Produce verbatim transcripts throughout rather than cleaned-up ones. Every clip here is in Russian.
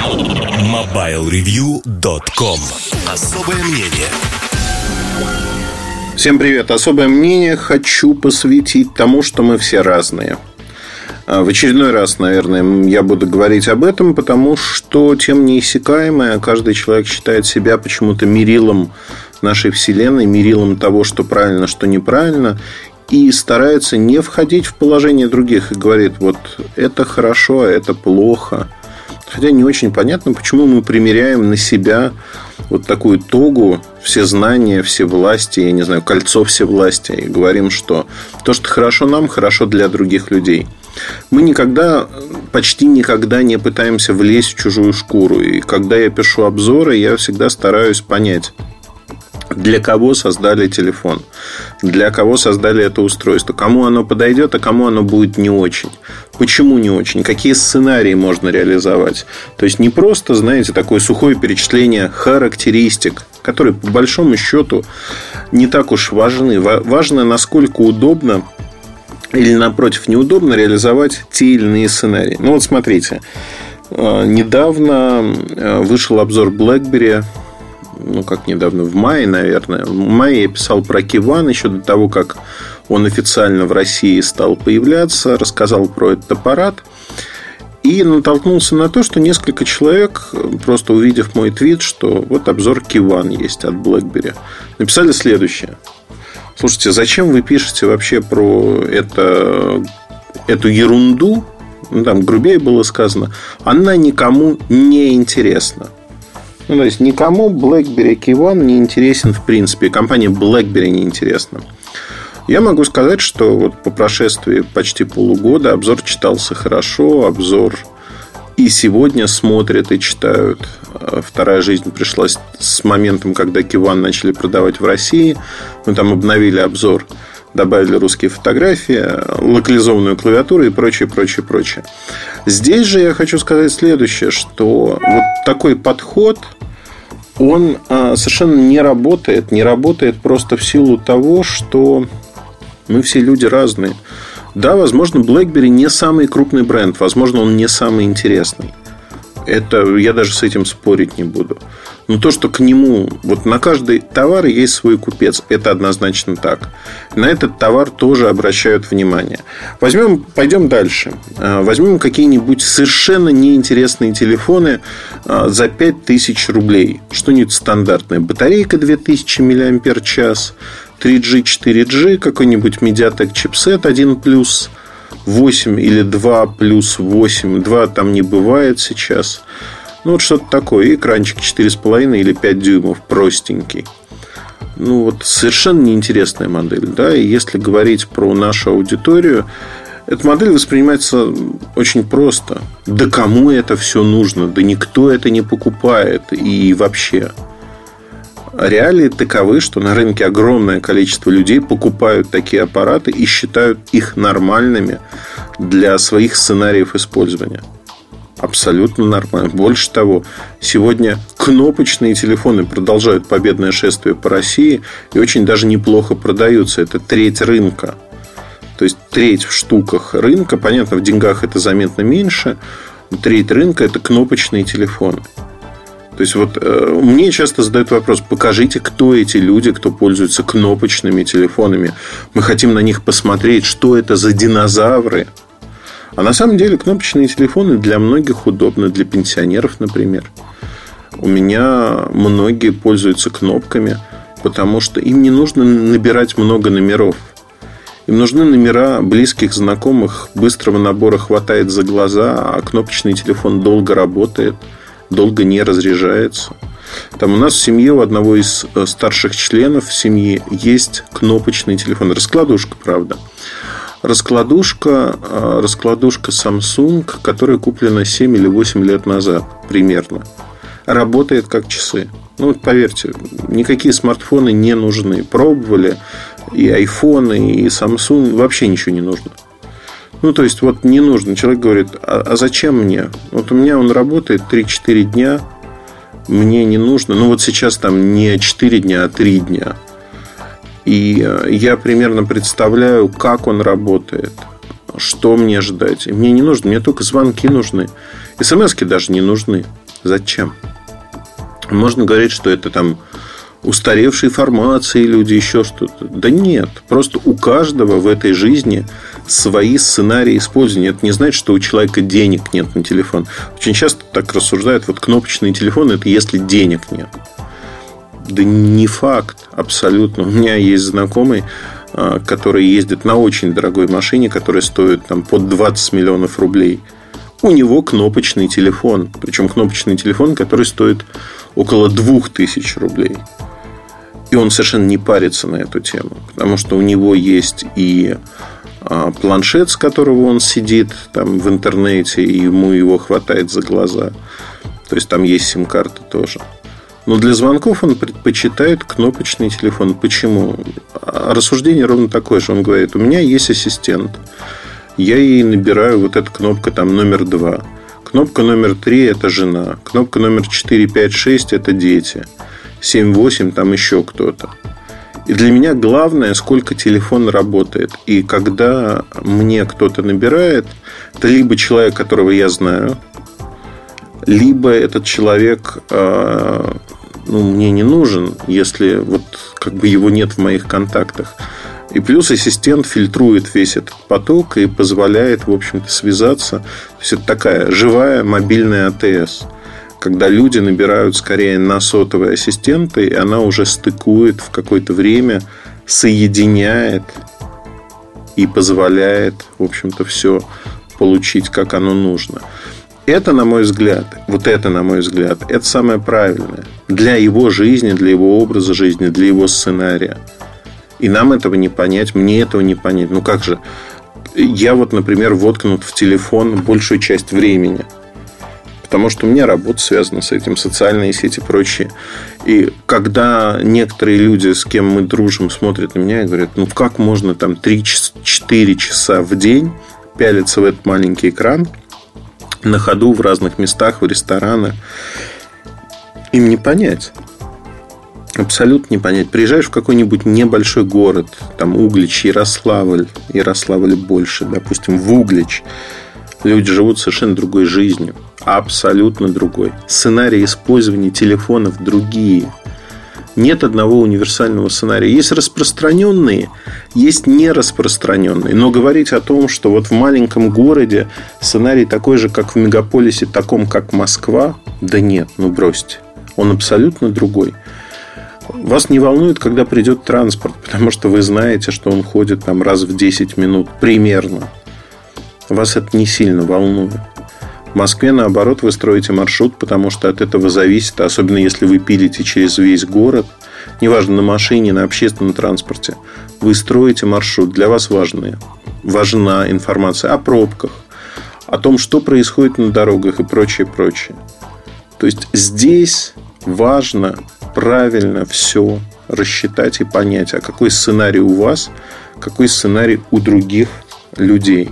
мобайл ревью точка ком. Особое мнение. Всем привет. Особое мнение хочу посвятить тому, что мы все разные. В очередной раз, наверное, я буду говорить об этом, потому что тема неиссякаемая. Каждый человек считает себя почему-то мерилом нашей вселенной, мерилом того, что правильно, что неправильно, и старается не входить в положение других и говорит, вот это хорошо, а это плохо. Хотя не очень понятно, почему мы примеряем на себя вот такую тогу, все знания, все власти, я не знаю, кольцо всевластия, и говорим, что то, что хорошо нам, хорошо для других людей. Мы никогда, почти никогда не пытаемся влезть в чужую шкуру. И когда я пишу обзоры, я всегда стараюсь понять, для кого создали телефон, для кого создали это устройство, кому оно подойдет, а кому оно будет не очень. Почему не очень? Какие сценарии можно реализовать? То есть не просто, знаете, такое сухое перечисление характеристик, которые по большому счету не так уж важны. Важно, насколько удобно или, напротив, неудобно реализовать те или иные сценарии. Ну вот смотрите, недавно вышел обзор BlackBerry. Ну, как недавно, в мае, наверное. В мае я писал про Киван еще до того, как он официально в России стал появляться. Рассказал про этот аппарат. И натолкнулся на то, что несколько человек, просто увидев мой твит, что вот обзор Киван есть от BlackBerry, написали следующее. Слушайте, зачем вы пишете вообще про это, эту ерунду? Ну, там грубее было сказано. Она никому не интересна. Ну, то есть, никому BlackBerry Keyone не интересен в принципе. Компания BlackBerry не интересна. Я могу сказать, что вот по прошествии почти полугода обзор читался хорошо. Обзор и сегодня смотрят и читают. Вторая жизнь пришлась с моментом, когда Keyone начали продавать в России. Мы там обновили обзор, добавили русские фотографии, локализованную клавиатуру и прочее, прочее, прочее. Здесь же я хочу сказать следующее, что вот такой подход, он совершенно не работает. Не работает просто в силу того, что мы все люди разные. Да, возможно, BlackBerry не самый крупный бренд. Возможно, он не самый интересный. Это я даже с этим спорить не буду. Но то, что к нему вот на каждый товар есть свой купец, это однозначно так. На этот товар тоже обращают внимание. Возьмем, пойдем дальше. Возьмем какие-нибудь совершенно неинтересные телефоны за пять тысяч рублей. Что-нибудь стандартное. Батарейка две тысячи мАч, три джи, четыре джи, какой-нибудь Mediatek чипсет один плюс восемь или два плюс восемь. два там не бывает сейчас. Ну, вот что-то такое. Экранчик четыре с половиной или пять дюймов, простенький. Ну, вот совершенно неинтересная модель, да. И если говорить про нашу аудиторию, эта модель воспринимается очень просто. Да кому это все нужно? Да никто это не покупает. И вообще реалии таковы, что на рынке огромное количество людей покупают такие аппараты и считают их нормальными для своих сценариев использования. Абсолютно нормально. Больше того, сегодня кнопочные телефоны продолжают победное шествие по России и очень даже неплохо продаются. Это треть рынка. То есть треть в штуках рынка. Понятно, в деньгах это заметно меньше. Треть рынка – это кнопочные телефоны. То есть вот э, мне часто задают вопрос: покажите, кто эти люди, кто пользуется кнопочными телефонами. Мы хотим на них посмотреть, что это за динозавры. А на самом деле кнопочные телефоны для многих удобны. Для пенсионеров, например. У меня многие пользуются кнопками, потому что им не нужно набирать много номеров. Им нужны номера близких, знакомых. Быстрого набора хватает за глаза, а кнопочный телефон долго работает, долго не разряжается. Там у нас в семье у одного из старших членов семьи есть кнопочный телефон. Раскладушка, правда. Раскладушка, раскладушка Samsung, которая куплена семь или восемь лет назад примерно. Работает как часы. Ну вот поверьте, никакие смартфоны не нужны. Пробовали и айфоны, и Samsung, вообще ничего не нужно. Ну, то есть, вот не нужно. Человек говорит: а, а зачем мне? Вот у меня он работает три-четыре дня, мне не нужно. Ну, вот сейчас там не четыре дня, а три дня. И я примерно представляю, как он работает, что мне ждать. И мне не нужно, мне только звонки нужны. СМСки даже не нужны. Зачем? Можно говорить, что это там устаревшие формации, люди, еще что-то. Да нет. Просто у каждого в этой жизни свои сценарии использования. Это не значит, что у человека денег нет на телефон. Очень часто так рассуждают. Вот кнопочный телефон – это если денег нет. Да не факт абсолютно. У меня есть знакомый, который ездит на очень дорогой машине, которая стоит там под двадцать миллионов рублей. У него кнопочный телефон. Причем кнопочный телефон, который стоит около двух тысяч рублей. И он совершенно не парится на эту тему. Потому что у него есть и планшет, с которого он сидит там в интернете, и ему его хватает за глаза. То есть там есть сим-карта тоже. Но для звонков он предпочитает кнопочный телефон. Почему? Рассуждение ровно такое же. Он говорит: у меня есть ассистент. Я ей набираю вот эта кнопка там номер два. Кнопка номер три – это жена. Кнопка номер четыре, пять, шесть – это дети. семь, восемь – там еще кто-то. И для меня главное, сколько телефон работает. И когда мне кто-то набирает, это либо человек, которого я знаю, либо этот человек э, ну, мне не нужен, если вот как бы его нет в моих контактах. И плюс ассистент фильтрует весь этот поток и позволяет, в общем-то, связаться. То есть это такая живая мобильная АТС, когда люди набирают скорее на сотовые ассистенты, и она уже стыкует в какое-то время, соединяет и позволяет, в общем-то, все получить, как оно нужно. Это, на мой взгляд, вот это, на мой взгляд, это самое правильное для его жизни, для его образа жизни, для его сценария. И нам этого не понять, мне этого не понять. Ну как же? Я вот, например, воткнут в телефон большую часть времени, потому что у меня работа связана с этим, социальные сети и прочее. И когда некоторые люди, с кем мы дружим, смотрят на меня и говорят: ну как можно там три-четыре часа в день пялиться в этот маленький экран на ходу в разных местах, в ресторанах? Им не понять. Абсолютно не понять. Приезжаешь в какой-нибудь небольшой город, там Углич, Ярославль, Ярославль больше, допустим, в Углич. Люди живут совершенно другой жизнью. Абсолютно другой. Сценарии использования телефонов другие. Нет одного универсального сценария. Есть распространенные, есть нераспространенные. Но говорить о том, что вот в маленьком городе сценарий такой же, как в мегаполисе, таком, как Москва, да нет, ну бросьте. Он абсолютно другой. Вас не волнует, когда придет транспорт, потому что вы знаете, что он ходит там раз в десять минут примерно. Вас это не сильно волнует. В Москве, наоборот, вы строите маршрут, потому что от этого зависит, особенно если вы пилите через весь город, неважно, на машине, на общественном транспорте, вы строите маршрут. Для вас важны, важна информация о пробках, о том, что происходит на дорогах и прочее, прочее. То есть здесь важно правильно все рассчитать и понять, а какой сценарий у вас, какой сценарий у других людей.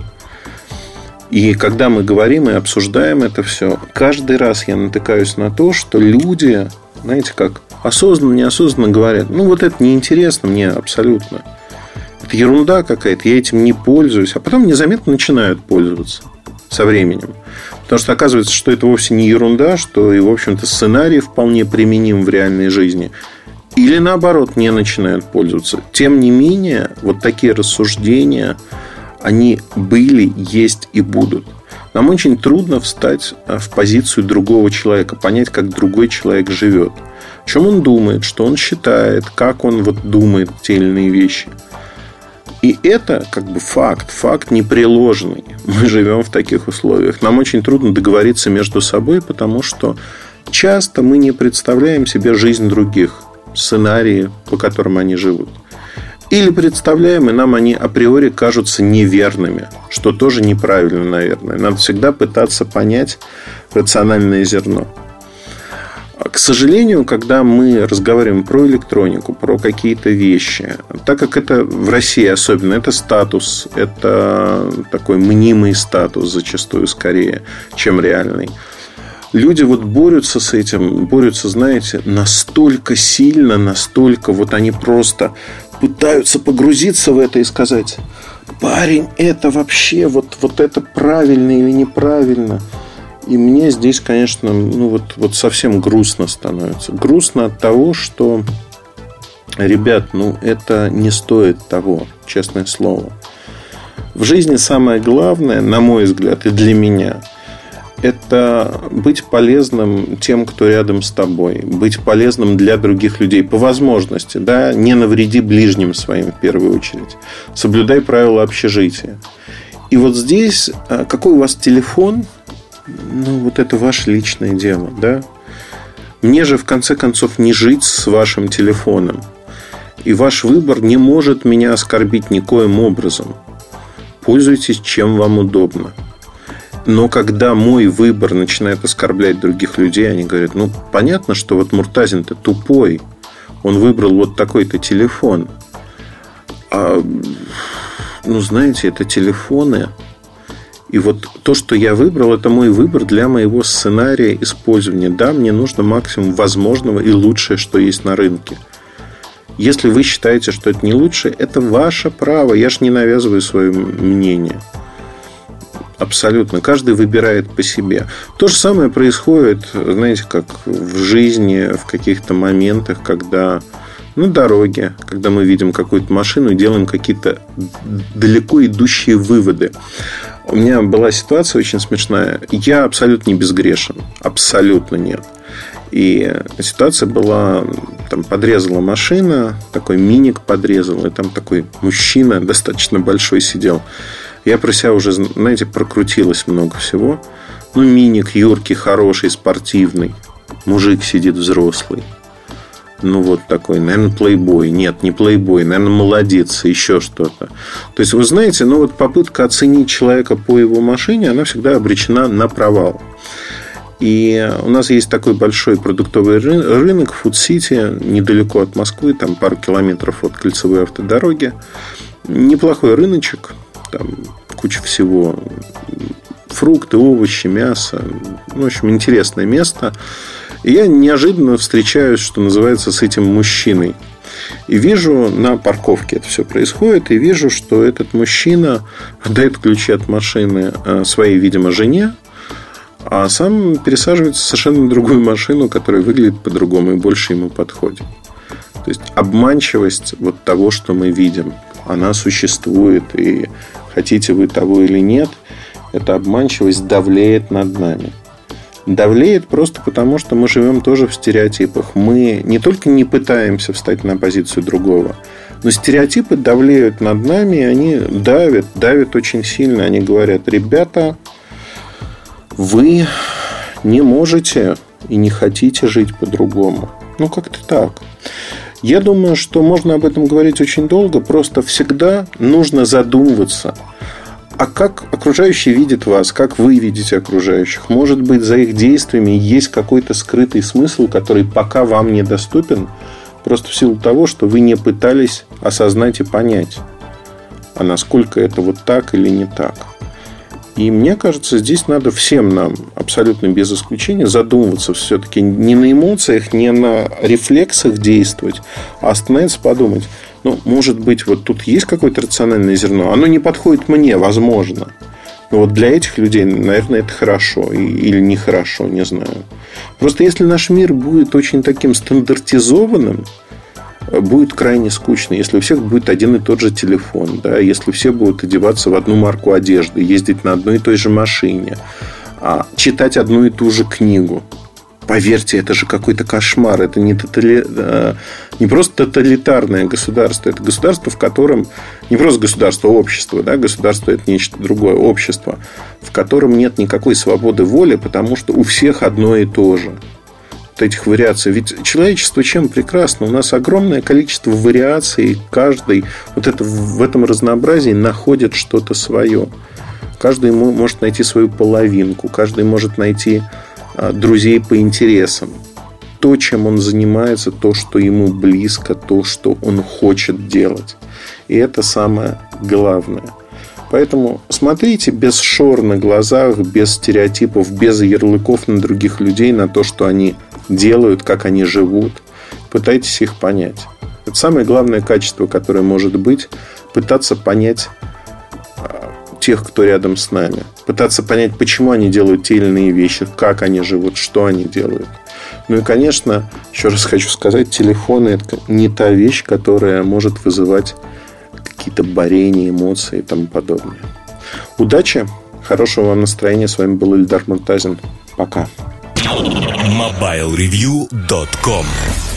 И когда мы говорим и обсуждаем это все, каждый раз я натыкаюсь на то, что люди, знаете как, осознанно, неосознанно говорят: ну вот это неинтересно мне абсолютно, это ерунда какая-то, я этим не пользуюсь. А потом незаметно начинают пользоваться со временем. Потому что оказывается, что это вовсе не ерунда, что и, в общем-то, сценарий вполне применим в реальной жизни. Или, наоборот, не начинают пользоваться. Тем не менее, вот такие рассуждения, они были, есть и будут. Нам очень трудно встать в позицию другого человека, понять, как другой человек живет, о чем он думает, что он считает, как он вот думает те или иные вещи. И это как бы факт, факт непреложный. Мы живем в таких условиях. Нам очень трудно договориться между собой, потому что часто мы не представляем себе жизнь других, сценарии, по которым они живут. Или представляем, и нам они априори кажутся неверными, что тоже неправильно, наверное. Надо всегда пытаться понять рациональное зерно. К сожалению, когда мы разговариваем про электронику, про какие-то вещи, так как это в России особенно, это статус, это такой мнимый статус зачастую скорее, чем реальный. Люди вот борются с этим, борются, знаете, настолько сильно, настолько вот они просто пытаются погрузиться в это и сказать: парень, это вообще вот, вот это правильно или неправильно. И мне здесь, конечно, ну вот, вот совсем грустно становится. Грустно от того, что, ребят, ну это не стоит того, честное слово. В жизни самое главное, на мой взгляд, и для меня, это быть полезным тем, кто рядом с тобой. Быть полезным для других людей по возможности. Да? Не навреди ближним своим в первую очередь. Соблюдай правила общежития. И вот здесь, какой у вас телефон, ну, вот это ваше личное дело, да? Мне же, в конце концов, не жить с вашим телефоном. И ваш выбор не может меня оскорбить никоим образом. Пользуйтесь, чем вам удобно. Но когда мой выбор начинает оскорблять других людей, они говорят, ну, понятно, что вот Муртазин-то тупой. Он выбрал вот такой-то телефон. А, ну, знаете, это телефоны. И вот то, что я выбрал, это мой выбор для моего сценария использования. Да, мне нужно максимум возможного и лучшее, что есть на рынке. Если вы считаете, что это не лучше, это ваше право. Я же не навязываю свое мнение. Абсолютно. Каждый выбирает по себе. То же самое происходит, знаете, как в жизни, в каких-то моментах, когда на дороге, когда мы видим какую-то машину и делаем какие-то далеко идущие выводы. У меня была ситуация очень смешная. Я абсолютно не безгрешен. Абсолютно нет. И ситуация была, там подрезала машина, такой миник подрезал, и там такой мужчина достаточно большой сидел. Я про себя уже, знаете, прокрутилось много всего. Ну, миник юркий, хороший, спортивный. Мужик сидит взрослый. Ну, вот такой, наверное, плейбой. Нет, не плейбой, наверное, молодец, еще что-то. То есть, вы знаете, ну, вот попытка оценить человека по его машине, она всегда обречена на провал. И у нас есть такой большой продуктовый рынок Фуд-Сити, недалеко от Москвы, там пару километров от кольцевой автодороги. Неплохой рыночек, там куча всего. Фрукты, овощи, мясо. В общем, интересное место. И я неожиданно встречаюсь, что называется, с этим мужчиной. И вижу на парковке это все происходит. И вижу, что этот мужчина отдает ключи от машины своей, видимо, жене. А сам пересаживается в совершенно другую машину, которая выглядит по-другому и больше ему подходит. То есть обманчивость вот того, что мы видим, она существует. И хотите вы того или нет, эта обманчивость давлеет над нами. Давлеет просто потому, что мы живем тоже в стереотипах. Мы не только не пытаемся встать на позицию другого, но стереотипы давлеют над нами, и они давят, давят очень сильно. Они говорят: ребята, вы не можете и не хотите жить по-другому. Ну, как-то так. Я думаю, что можно об этом говорить очень долго. Просто всегда нужно задумываться. А как окружающие видят вас? Как вы видите окружающих? Может быть, за их действиями есть какой-то скрытый смысл, который пока вам недоступен, просто в силу того, что вы не пытались осознать и понять, а насколько это вот так или не так. И мне кажется, здесь надо всем нам, абсолютно без исключения, задумываться все-таки не на эмоциях, не на рефлексах действовать, а остановиться, подумать: ну, может быть, вот тут есть какое-то рациональное зерно, оно не подходит мне, возможно. Но вот для этих людей, наверное, это хорошо или нехорошо, не знаю. Просто если наш мир будет очень таким стандартизованным, будет крайне скучно. Если у всех будет один и тот же телефон, да, если все будут одеваться в одну марку одежды, ездить на одной и той же машине, читать одну и ту же книгу. Поверьте, это же какой-то кошмар. Это не, тотали... не просто тоталитарное государство. Это государство, в котором... Не просто государство, а общество. Да? Государство – это нечто другое. Общество, в котором нет никакой свободы воли, потому что у всех одно и то же. Вот этих вариаций. Ведь человечество чем прекрасно? У нас огромное количество вариаций. Каждый вот это, в этом разнообразии находит что-то свое. Каждый может найти свою половинку. Каждый может найти друзей по интересам. То, чем он занимается, то, что ему близко, то, что он хочет делать. И это самое главное. Поэтому смотрите без шор на глазах, без стереотипов, без ярлыков на других людей, на то, что они делают, как они живут. Пытайтесь их понять. Это самое главное качество, которое может быть. Пытаться понять тех, кто рядом с нами. Пытаться понять, почему они делают те или иные вещи, как они живут, что они делают. Ну и, конечно, еще раз хочу сказать, телефоны – это не та вещь, которая может вызывать какие-то борения, эмоции и тому подобное. Удачи, хорошего вам настроения. С вами был Ильдар Муртазин. Пока. мобайл ревью точка ком